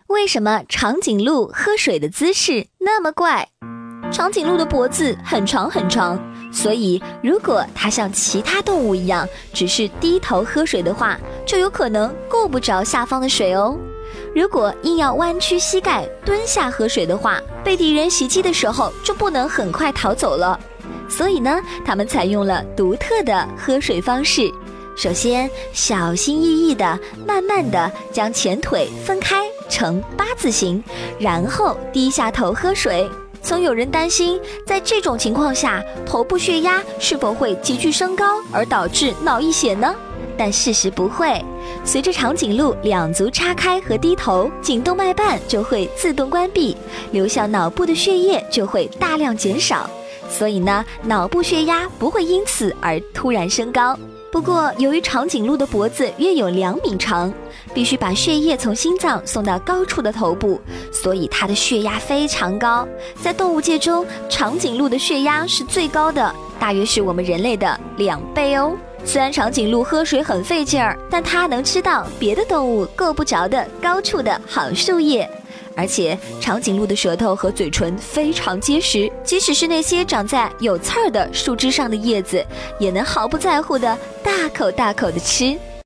为什么长颈鹿喝水的姿势那么怪？长颈鹿的脖子很长很长，所以如果它像其他动物一样只是低头喝水的话，就有可能够不着下方的水哦。如果硬要弯曲膝盖蹲下喝水的话，被敌人袭击的时候就不能很快逃走了。所以呢，他们采用了独特的喝水方式。首先，小心翼翼地、慢慢地将前腿分开成八字形，然后低下头喝水。曾有人担心，在这种情况下，头部血压是否会急剧升高，而导致脑溢血呢？但事实不会，随着长颈鹿两足叉开和低头，颈动脉瓣就会自动关闭，流向脑部的血液就会大量减少，所以呢，脑部血压不会因此而突然升高。不过，由于长颈鹿的脖子约有2米长，必须把血液从心脏送到高处的头部，所以它的血压非常高。在动物界中，长颈鹿的血压是最高的，大约是我们人类的2倍哦。虽然长颈鹿喝水很费劲儿，但它能吃到别的动物够不着的高处的好树叶。而且长颈鹿的舌头和嘴唇非常结实，即使是那些长在有刺儿的树枝上的叶子，也能毫不在乎的大口大口的吃。